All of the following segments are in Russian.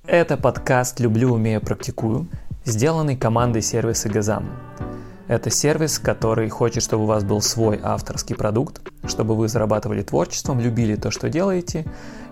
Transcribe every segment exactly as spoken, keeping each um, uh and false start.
Это подкаст «Люблю, умею, практикую», сделанный командой сервиса Газам. Это сервис, который хочет, чтобы у вас был свой авторский продукт, чтобы вы зарабатывали творчеством, любили то, что делаете,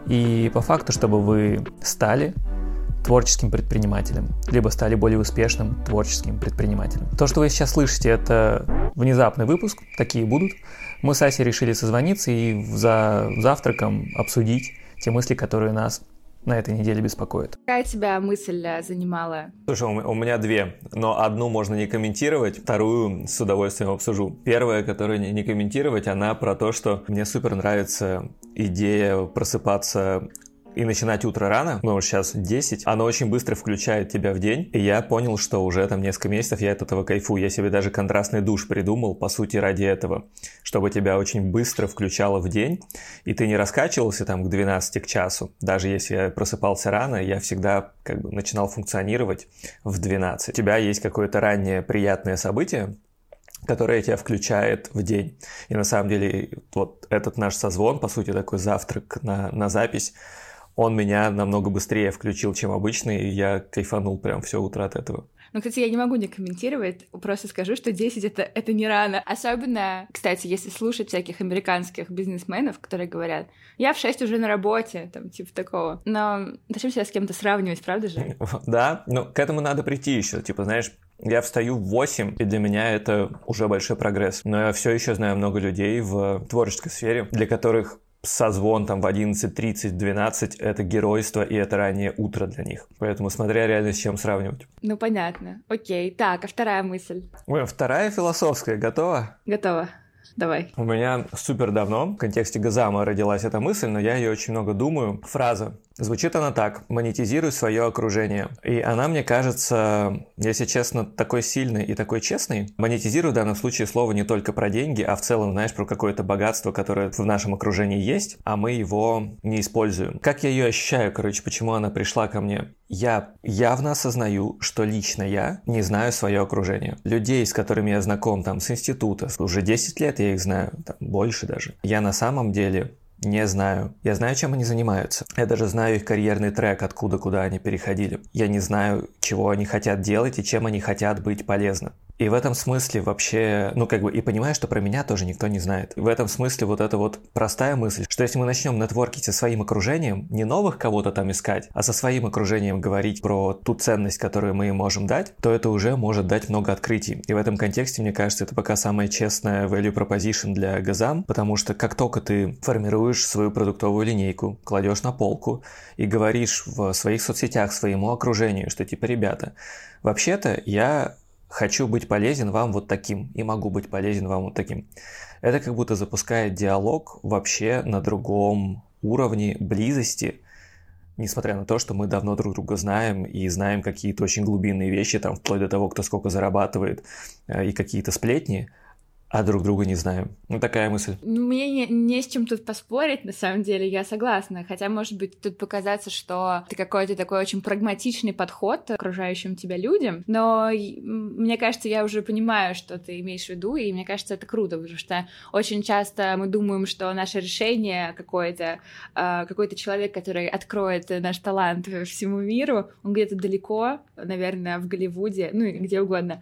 и по факту, чтобы вы стали творческим предпринимателем, либо стали более успешным творческим предпринимателем. То, что вы сейчас слышите, это внезапный выпуск, такие будут. Мы с Асей решили созвониться и за завтраком обсудить те мысли, которые нас на этой неделе беспокоят. Какая тебя мысль занимала? Слушай, у меня две, но одну можно не комментировать, вторую с удовольствием обсужу. Первая, которую не комментировать, она про то, что мне супер нравится идея просыпаться и начинать утро рано, ну, сейчас десять, оно очень быстро включает тебя в день, и я понял, что уже там несколько месяцев я от этого кайфую. Я себе даже контрастный душ придумал, по сути, ради этого, чтобы тебя очень быстро включало в день, и ты не раскачивался там к двенадцати, к часу. Даже если я просыпался рано, я всегда как бы начинал функционировать в двенадцать. У тебя есть какое-то раннее приятное событие, которая тебя включает в день. И на самом деле вот этот наш созвон, по сути, такой завтрак на, на запись, он меня намного быстрее включил, чем обычно, и я кайфанул прям все утро от этого. Ну, кстати, я не могу не комментировать, просто скажу, что десять это, — это не рано. Особенно, кстати, если слушать всяких американских бизнесменов, которые говорят, я в шесть уже на работе, там, типа такого. Но зачем себя с кем-то сравнивать, правда же? Да, ну, к этому надо прийти еще, типа, знаешь, я встаю в восемь, и для меня это уже большой прогресс. Но я все еще знаю много людей в творческой сфере, для которых созвон там в одиннадцать тридцать, двенадцать — это геройство, и это раннее утро для них. Поэтому смотря реально с чем сравнивать. Ну, понятно. Окей. Так, а вторая мысль? Ой, вторая философская. Готова? Готова. Давай. У меня супер давно в контексте Газама родилась эта мысль, но я ее очень много думаю. Фраза. Звучит она так. Монетизируй свое окружение. И она, мне кажется, если честно, такой сильный и такой честный. Монетизируй в данном случае слово не только про деньги, а в целом, знаешь, про какое-то богатство, которое в нашем окружении есть, а мы его не используем. Как я ее ощущаю, короче, почему она пришла ко мне? Я явно осознаю, что лично я не знаю свое окружение. Людей, с которыми я знаком там с института, уже десять лет я их знаю, там, больше даже. Я на самом деле не знаю. Я знаю, чем они занимаются. Я даже знаю их карьерный трек, откуда куда они переходили. Я не знаю, чего они хотят делать и чем они хотят быть полезны. И в этом смысле вообще, ну как бы, и понимаю, что про меня тоже никто не знает. В этом смысле вот эта вот простая мысль, что если мы начнем нетворкить со своим окружением, не новых кого-то там искать, а со своим окружением говорить про ту ценность, которую мы им можем дать, то это уже может дать много открытий. И в этом контексте, мне кажется, это пока самая честная value proposition для Газам, потому что как только ты формируешь свою продуктовую линейку, кладешь на полку и говоришь в своих соцсетях своему окружению, что типа, ребята, вообще-то я хочу быть полезен вам вот таким, и могу быть полезен вам вот таким. Это как будто запускает диалог вообще на другом уровне близости, несмотря на то, что мы давно друг друга знаем и знаем какие-то очень глубинные вещи, там, вплоть до того, кто сколько зарабатывает, и какие-то сплетни, а друг друга не знаем. Ну, такая мысль. Ну, мне не, не с чем тут поспорить, на самом деле, я согласна. Хотя, может быть, тут показаться, что это какой-то такой очень прагматичный подход к окружающим тебя людям, но мне кажется, я уже понимаю, что ты имеешь в виду, и мне кажется, это круто, потому что очень часто мы думаем, что наше решение какое-то, какой-то человек, который откроет наш талант всему миру, он где-то далеко, наверное, в Голливуде, ну, и где угодно,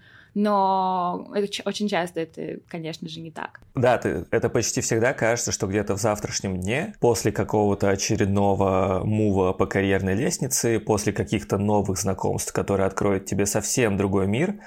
но это очень часто это, конечно же, не так. Да, ты, это почти всегда кажется, что где-то в завтрашнем дне, после какого-то очередного мува по карьерной лестнице, после каких-то новых знакомств, которые откроют тебе совсем другой мир,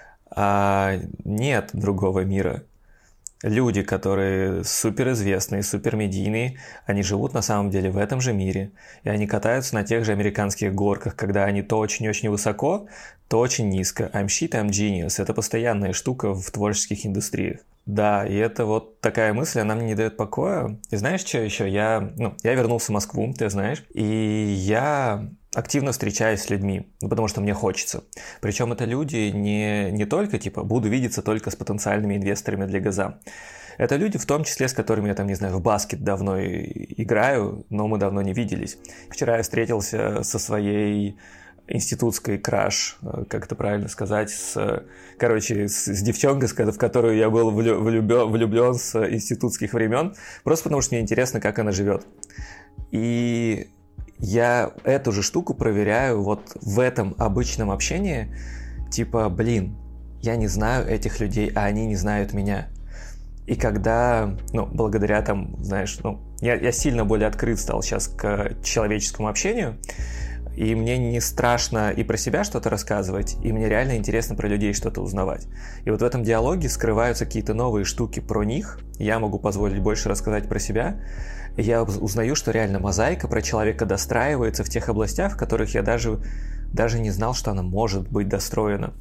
а нет другого мира. Люди, которые суперизвестные, супермедийные, они живут на самом деле в этом же мире. И они катаются на тех же американских горках, когда они то очень-очень высоко, то очень низко. I'm shit, I'm genius. Это постоянная штука в творческих индустриях. Да, и это вот такая мысль, она мне не дает покоя. И знаешь, что еще? Я, ну, я вернулся в Москву, ты знаешь, и я активно встречаюсь с людьми, ну, потому что мне хочется. Причем это люди не, не только, типа, буду видеться только с потенциальными инвесторами для Газа. Это люди, в том числе, с которыми я, там, не знаю, в баскет давно играю, но мы давно не виделись. Вчера я встретился со своей институтской краш, как это правильно сказать, с, короче, с, с девчонкой, в которую я был влюблен, влюблен с институтских времен, просто потому что мне интересно, как она живет. И я эту же штуку проверяю вот в этом обычном общении, типа, блин, я не знаю этих людей, а они не знают меня. И когда, ну, благодаря там, знаешь, ну, я, я сильно более открыт стал сейчас к человеческому общению, и мне не страшно и про себя что-то рассказывать, и мне реально интересно про людей что-то узнавать. И вот в этом диалоге скрываются какие-то новые штуки про них, я могу позволить больше рассказать про себя, и я узнаю, что реально мозаика про человека достраивается в тех областях, в которых я даже, даже не знал, что она может быть достроена.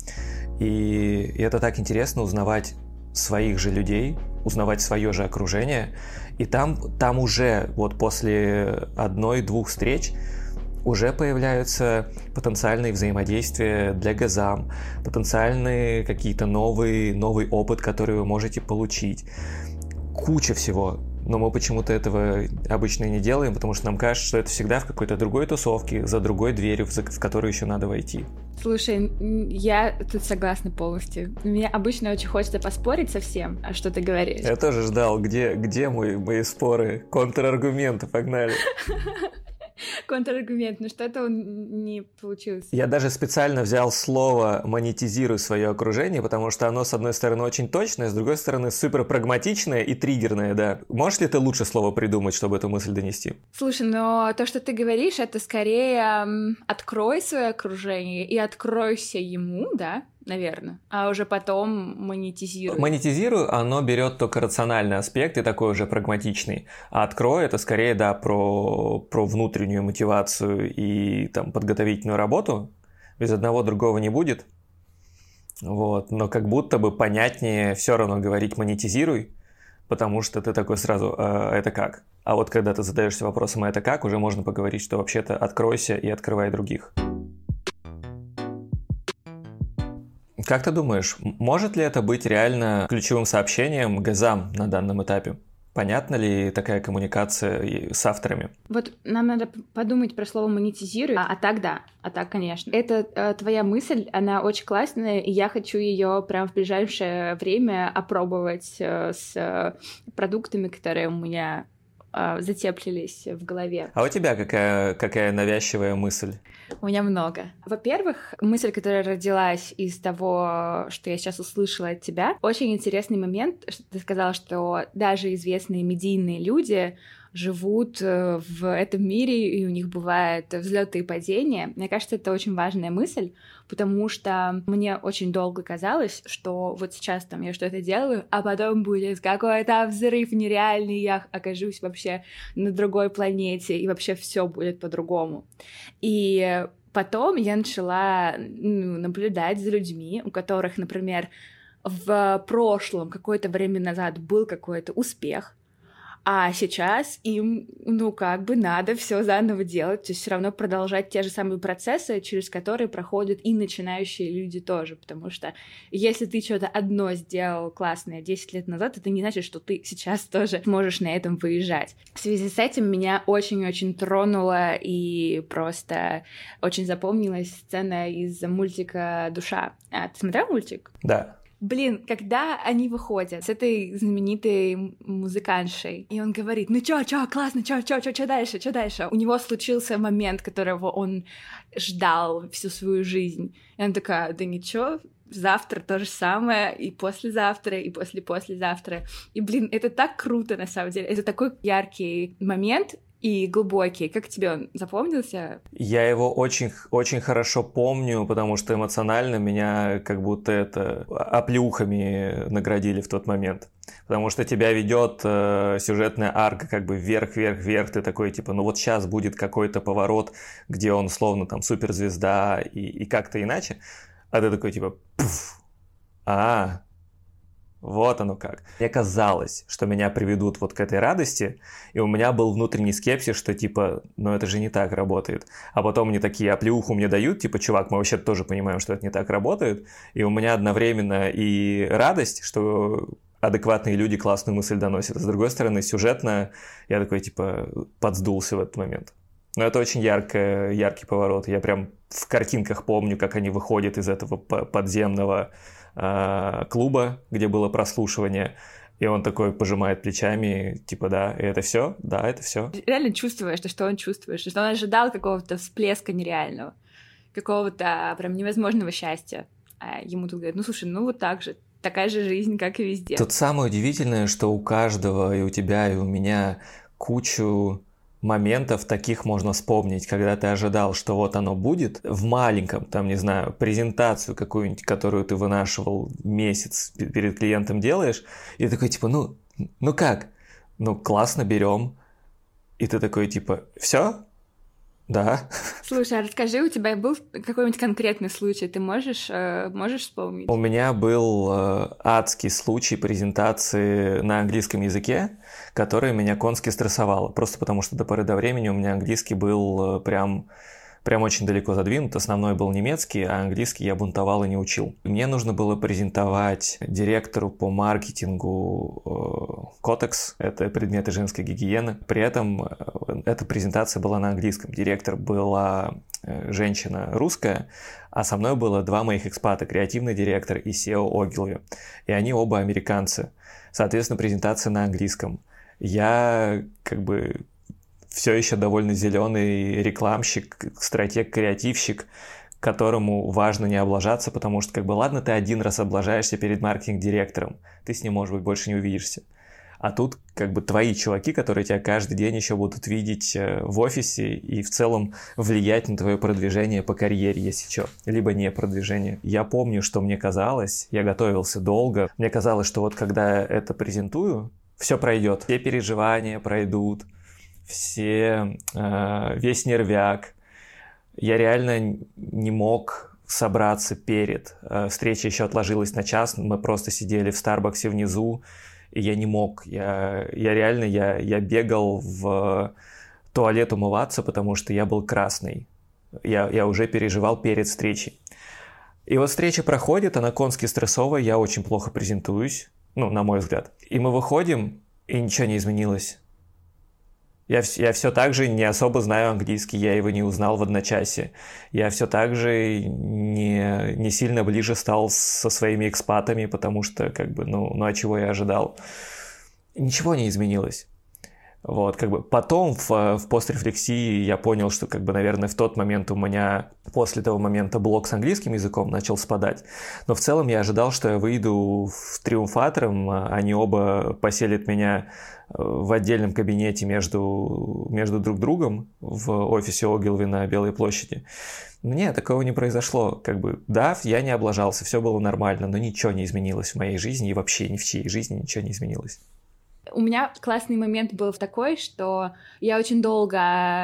И, и это так интересно узнавать своих же людей, узнавать свое же окружение, и там, там уже вот после одной-двух встреч уже появляются потенциальные взаимодействия для Газам, потенциальные какие-то новые, новый опыт, который вы можете получить. Куча всего. Но мы почему-то этого обычно не делаем, потому что нам кажется, что это всегда в какой-то другой тусовке, за другой дверью, в которую еще надо войти. Слушай, я тут согласна полностью. Мне обычно очень хочется поспорить со всем, а что ты говоришь. Я тоже ждал, где, где мои, мои споры, контраргументы, погнали. Контраргумент, но что-то он не получилось. Я даже специально взял слово «монетизируй свое окружение», потому что оно, с одной стороны, очень точное, с другой стороны, супер прагматичное и триггерное, да. Можешь ли ты лучше слово придумать, чтобы эту мысль донести? Слушай, но то, что ты говоришь, это скорее эм, открой свое окружение и откройся ему, да? Наверное. А уже потом монетизируй. Монетизирую, оно берет только рациональный аспект и такой уже прагматичный. А открой это скорее, да, про, про внутреннюю мотивацию и там подготовительную работу. Без одного другого не будет. Вот. Но как будто бы понятнее все равно говорить монетизируй, потому что ты такой сразу, а это как? А вот когда ты задаешься вопросом, а это как, уже можно поговорить, что вообще-то откройся и открывай других. Как ты думаешь, может ли это быть реально ключевым сообщением Газам на данном этапе? Понятна ли такая коммуникация с авторами? Вот нам надо подумать про слово «монетизируй», а, а так да, а так, конечно. Это э, твоя мысль, она очень классная, и я хочу ее прям в ближайшее время опробовать э, с э, продуктами, которые у меня э, затеплились в голове. А у тебя какая, какая навязчивая мысль? У меня много. Во-первых, мысль, которая родилась из того, что я сейчас услышала от тебя, очень интересный момент, что ты сказала, что даже известные медийные люди живут в этом мире, и у них бывают взлеты и падения. Мне кажется, это очень важная мысль, потому что мне очень долго казалось, что вот сейчас там я что-то делаю, а потом будет какой-то взрыв нереальный, я окажусь вообще на другой планете, и вообще все будет по-другому. И потом я начала ну, наблюдать за людьми, у которых, например, в прошлом, какое-то время назад был какой-то успех, а сейчас им, ну, как бы надо все заново делать, то есть все равно продолжать те же самые процессы, через которые проходят и начинающие люди тоже, потому что если ты что-то одно сделал классное десять лет назад, это не значит, что ты сейчас тоже можешь на этом выезжать. В связи с этим меня очень-очень тронула и просто очень запомнилась сцена из мультика «Душа». А, ты смотрел мультик? Да. Блин, когда они выходят с этой знаменитой музыкантшей, и он говорит, ну чё, чё, классно, чё, чё, чё, чё дальше, чё дальше? У него случился момент, которого он ждал всю свою жизнь. И она такая, да ничего, завтра то же самое, и послезавтра, и после-послезавтра. И, блин, это так круто, на самом деле. Это такой яркий момент, и глубокий. Как тебе он запомнился? Я его очень, очень хорошо помню, потому что эмоционально меня как будто это оплеухами наградили в тот момент. Потому что тебя ведет э, сюжетная арка как бы вверх-вверх-вверх. Ты такой типа, ну вот сейчас будет какой-то поворот, где он словно там суперзвезда и, и как-то иначе. А ты такой типа, пф, а вот оно как. Мне казалось, что меня приведут вот к этой радости, и у меня был внутренний скепсис, что типа, ну это же не так работает. А потом мне такие оплеуху мне дают, типа, чувак, мы вообще тоже понимаем, что это не так работает. И у меня одновременно и радость, что адекватные люди классную мысль доносят. А с другой стороны, сюжетно я такой, типа, подсдулся в этот момент. Но это очень ярко, яркий поворот. Я прям в картинках помню, как они выходят из этого подземного клуба, где было прослушивание, И он такой пожимает плечами, типа, да, и это все, да, это все. Реально чувствуешь, что он чувствует, что он ожидал какого-то всплеска нереального, какого-то прям невозможного счастья. А ему тут говорят, ну слушай, ну вот так же, такая же жизнь, как и везде. Тут самое удивительное, что у каждого, и у тебя, и у меня кучу моментов таких можно вспомнить, когда ты ожидал, что вот оно будет в маленьком, там, не знаю, презентацию какую-нибудь, которую ты вынашивал месяц перед клиентом делаешь, и такой, типа, ну, ну как? Ну, классно, берем. И ты такой, типа, все? Да. Слушай, а расскажи, у тебя был какой-нибудь конкретный случай? Ты можешь, э, можешь вспомнить? У меня был э, адский случай презентации на английском языке, который меня конски стрессовало. Просто потому, что до поры до времени у меня английский был э, прям, прям очень далеко задвинут. Основной был немецкий, а английский я бунтовал и не учил. Мне нужно было презентовать директору по маркетингу э, Kotex, это предметы женской гигиены. При этом э, эта презентация была на английском. Директор была э, женщина русская, а со мной было два моих экспата, креативный директор и си и о Ogilvy. И они оба американцы. Соответственно, презентация на английском. Я как бы все еще довольно зеленый рекламщик, стратег, креативщик, которому важно не облажаться, потому что, как бы, ладно, ты один раз облажаешься перед маркетинг-директором, ты с ним, может быть, больше не увидишься. А тут, как бы, твои чуваки, которые тебя каждый день еще будут видеть в офисе и в целом влиять на твое продвижение по карьере, если что, либо не продвижение. Я помню, что мне казалось, я готовился долго, мне казалось, что вот когда я это презентую, все пройдет, все переживания пройдут, все, э, весь нервяк. Я реально не мог собраться перед. Э, встреча еще отложилась на час, мы просто сидели в Старбаксе внизу, и я не мог. Я, я реально, я, я бегал в туалет умываться, потому что я был красный. Я, я уже переживал перед встречей. И вот встреча проходит, она конски стрессовая, я очень плохо презентуюсь, ну, на мой взгляд. И мы выходим, и ничего не изменилось. Я, я все так же не особо знаю английский, я его не узнал в одночасье. Я все так же не, не сильно ближе стал со своими экспатами, потому что, как бы, ну, ну а чего я ожидал? Ничего не изменилось. Вот, как бы потом в, в пострефлексии я понял, что, как бы, наверное, в тот момент у меня после того момента блок с английским языком начал спадать. Но в целом я ожидал, что я выйду в триумфатором, они оба поселят меня в отдельном кабинете между, между друг другом в офисе Ogilvy на Белой площади. Нет, такого не произошло. Как бы, да, я не облажался, все было нормально, но ничего не изменилось в моей жизни, и вообще ни в чьей жизни ничего не изменилось. У меня классный момент был такой, что я очень долго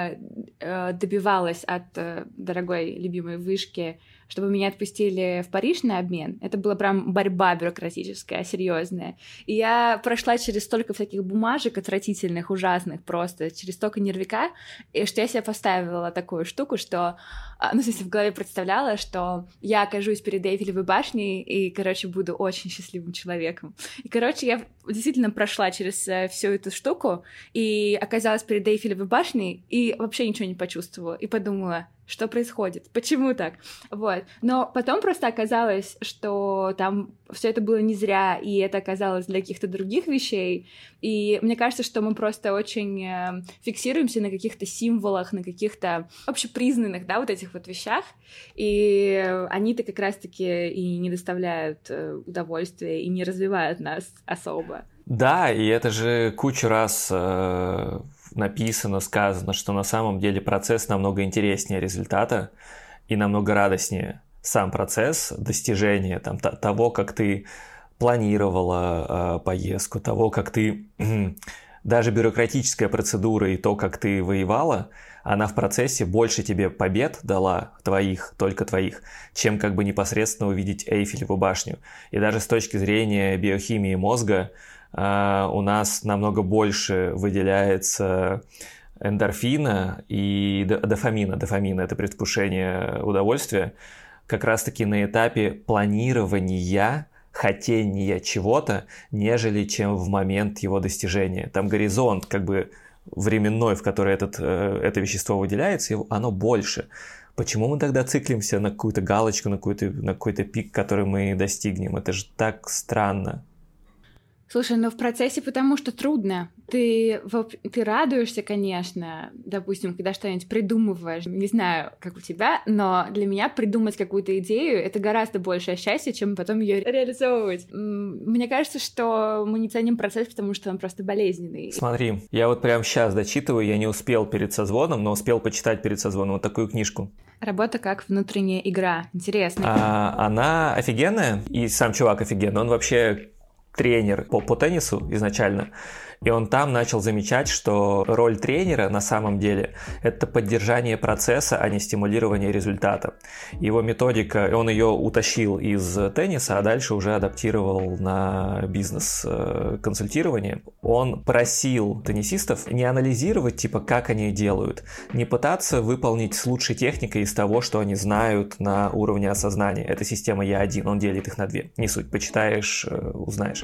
э, добивалась от э, дорогой любимой вышки, чтобы меня отпустили в Париж на обмен. Это была прям борьба бюрократическая, серьезная. И я прошла через столько всяких бумажек отвратительных, ужасных просто, через столько нервика, и что я себе поставила такую штуку, что, ну, в смысле, в голове представляла, что я окажусь перед Эйфелевой башней и, короче, буду очень счастливым человеком. И, короче, я действительно прошла через всю эту штуку и оказалась перед Эйфелевой башней и вообще ничего не почувствовала. И подумала, что происходит, почему так, вот. Но потом просто оказалось, что там все это было не зря, и это оказалось для каких-то других вещей, и мне кажется, что мы просто очень фиксируемся на каких-то символах, на каких-то общепризнанных, да, вот этих вот вещах, и они-то как раз-таки и не доставляют удовольствия, и не развивают нас особо. Да, и это же кучу раз э, написано, сказано, что на самом деле процесс намного интереснее результата и намного радостнее сам процесс достижения там, т- того, как ты планировала э, поездку, того, как ты... Даже бюрократическая процедура и то, как ты воевала, она в процессе больше тебе побед дала, твоих, только твоих, чем как бы непосредственно увидеть Эйфелеву башню. И даже с точки зрения биохимии мозга, Uh, у нас намного больше выделяется эндорфина и дофамина. Дофамин – это предвкушение удовольствия. Как раз-таки на этапе планирования, хотения чего-то, нежели чем в момент его достижения. Там горизонт как бы временной, в который этот, это вещество выделяется, оно больше. Почему мы тогда циклимся на какую-то галочку, на какой-то, на какой-то пик, который мы достигнем? Это же так странно. Слушай, ну в процессе потому что трудно. Ты, ты радуешься, конечно, допустим, когда что-нибудь придумываешь. Не знаю, как у тебя, но для меня придумать какую-то идею — это гораздо большее счастье, чем потом ее реализовывать. Мне кажется, что мы не ценим процесс, потому что он просто болезненный. Смотри, я вот прямо сейчас дочитываю, я не успел перед созвоном, но успел почитать перед созвоном вот такую книжку. Работа как внутренняя игра. Интересно. А, она офигенная, и сам чувак офигенный. Он вообще тренер по, по теннису изначально, и он там начал замечать, что роль тренера на самом деле это поддержание процесса, а не стимулирование результата. Его методика, он ее утащил из тенниса, а дальше уже адаптировал на бизнес-консультирование. Он просил теннисистов не анализировать, типа, как они делают, не пытаться выполнить с лучшей техникой из того, что они знают на уровне осознания. Это система Я один, он делит их на две. Не суть, почитаешь, узнаешь.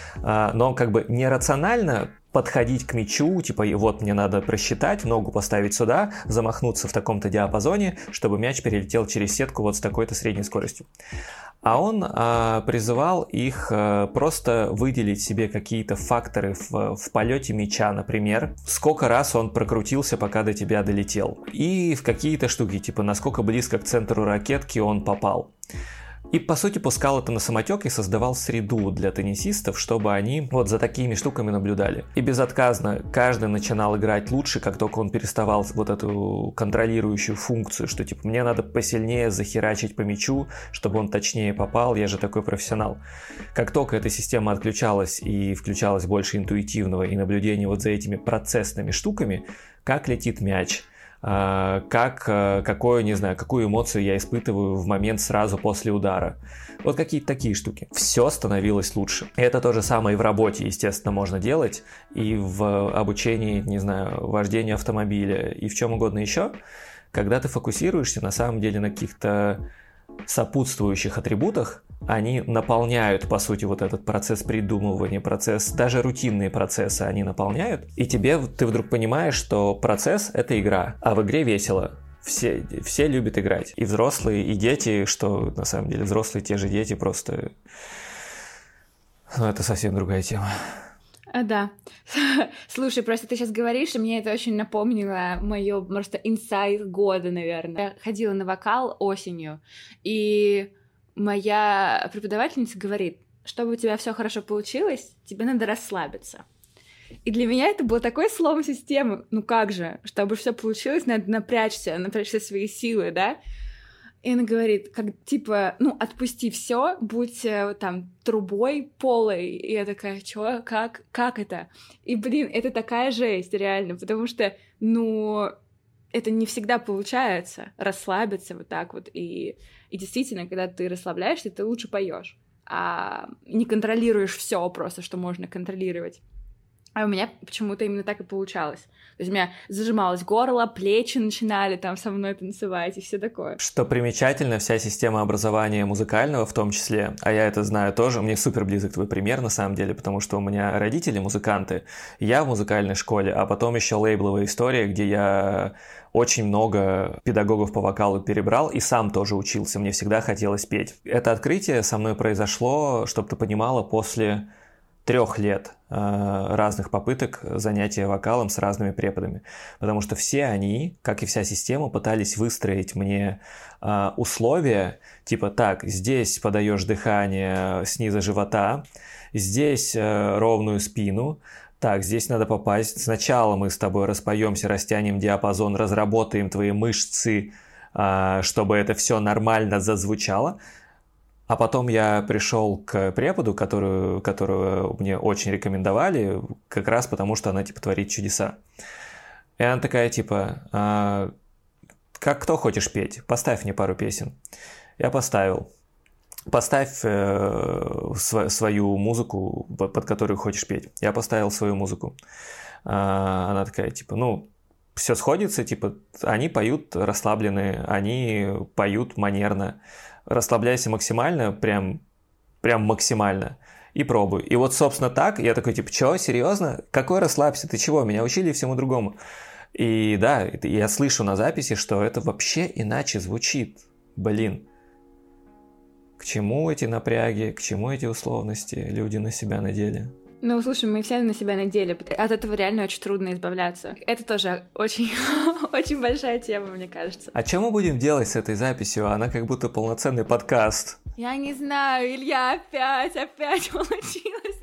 Но как бы нерационально подходить к мячу, типа вот мне надо просчитать, ногу поставить сюда, замахнуться в таком-то диапазоне, чтобы мяч перелетел через сетку вот с такой-то средней скоростью. А он а, призывал их а, просто выделить себе какие-то факторы в, в полете мяча, например, сколько раз он прокрутился, пока до тебя долетел, и в какие-то штуки, типа насколько близко к центру ракетки он попал. И, по сути, пускал это на самотек и создавал среду для теннисистов, чтобы они вот за такими штуками наблюдали. И безотказно каждый начинал играть лучше, как только он переставал вот эту контролирующую функцию, что типа мне надо посильнее захерачить по мячу, чтобы он точнее попал, я же такой профессионал. Как только эта система отключалась и включалось больше интуитивного и наблюдения вот за этими процессными штуками, как летит мяч, как, какую, не знаю, какую эмоцию я испытываю в момент сразу после удара. Вот какие-то такие штуки. Все становилось лучше. И это то же самое и в работе, естественно, можно делать, и в обучении, не знаю, вождению автомобиля, и в чем угодно еще. Когда ты фокусируешься на самом деле на каких-то сопутствующих атрибутах, они наполняют, по сути, вот этот процесс придумывания, процесс, даже рутинные процессы они наполняют, и тебе, ты вдруг понимаешь, что процесс — это игра, а в игре весело. Все, все любят играть. И взрослые, и дети, что на самом деле взрослые, те же дети, просто... Ну, это совсем другая тема. А, да. Слушай, просто ты сейчас говоришь, и мне это очень напомнило моё просто инсайт года, наверное. Я ходила на вокал осенью, и моя преподавательница говорит, чтобы у тебя все хорошо получилось, тебе надо расслабиться. И для меня это был такой слом системы. Ну как же, чтобы все получилось, надо напрячься, напрячь все свои силы, да? И она говорит, как типа, ну, отпусти все, будь там трубой полой. И я такая, чё, как, как это? И, блин, это такая жесть, реально, потому что, ну, это не всегда получается расслабиться вот так вот. И, и действительно, когда ты расслабляешься, ты лучше поешь, а не контролируешь все просто, что можно контролировать. А у меня почему-то именно так и получалось. То есть у меня зажималось горло, плечи начинали там со мной танцевать и все такое. Что примечательно, вся система образования музыкального в том числе, а я это знаю тоже, мне супер близок твой пример на самом деле, потому что у меня родители музыканты, я в музыкальной школе, а потом еще лейбловая история, где я очень много педагогов по вокалу перебрал и сам тоже учился, мне всегда хотелось петь. Это открытие со мной произошло, чтобы ты понимала, после трех лет э, разных попыток занятия вокалом с разными преподами. Потому что все они, как и вся система, пытались выстроить мне э, условия, типа так, здесь подаешь дыхание снизу живота, здесь э, ровную спину, так, здесь надо попасть. Сначала мы с тобой распоемся, растянем диапазон, разработаем твои мышцы, э, чтобы это все нормально зазвучало. А потом я пришел к преподу, которую, которую мне очень рекомендовали, как раз потому, что она, типа, творит чудеса. И она такая, типа, а, как кто хочешь петь? Поставь мне пару песен. Я поставил. Поставь э, св- свою музыку, под которую хочешь петь. Я поставил свою музыку. А, она такая, типа, ну, все сходится, типа, они поют расслабленные, они поют манерно. Расслабляйся максимально, прям, прям максимально, и пробуй. И вот, собственно, так, я такой, типа, чё, серьезно? Какой расслабься, ты чего? Меня учили всему другому. И да, я слышу на записи, что это вообще иначе звучит. Блин. К чему эти напряги, к чему эти условности люди на себя надели? Ну, слушай, мы все на себя надели. От этого реально очень трудно избавляться. Это тоже очень, очень большая тема, мне кажется. А что мы будем делать с этой записью? Она как будто полноценный подкаст. Я не знаю, Илья, опять, опять получилось.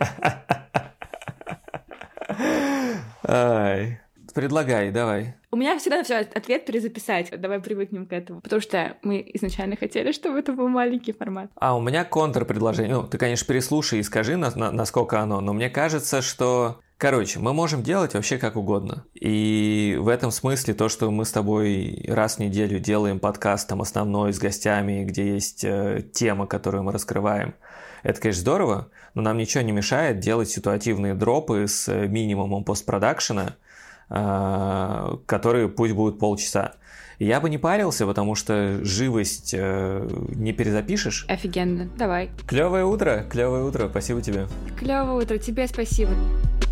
Ай. Предлагай, давай. У меня всегда все ответ перезаписать. Давай привыкнем к этому. Потому что мы изначально хотели, чтобы это был маленький формат. А у меня контрпредложение. Ну, ты, конечно, переслушай и скажи, на, на, насколько оно. Но мне кажется, что... Короче, мы можем делать вообще как угодно. И в этом смысле то, что мы с тобой раз в неделю делаем подкаст там основной с гостями, где есть э, тема, которую мы раскрываем, это, конечно, здорово, но нам ничего не мешает делать ситуативные дропы с минимумом постпродакшена, э, которые пусть будут полчаса. Я бы не парился, потому что живость э, не перезапишешь. Офигенно, давай. Клевое утро, клевое утро, спасибо тебе. Клевое утро, тебе спасибо.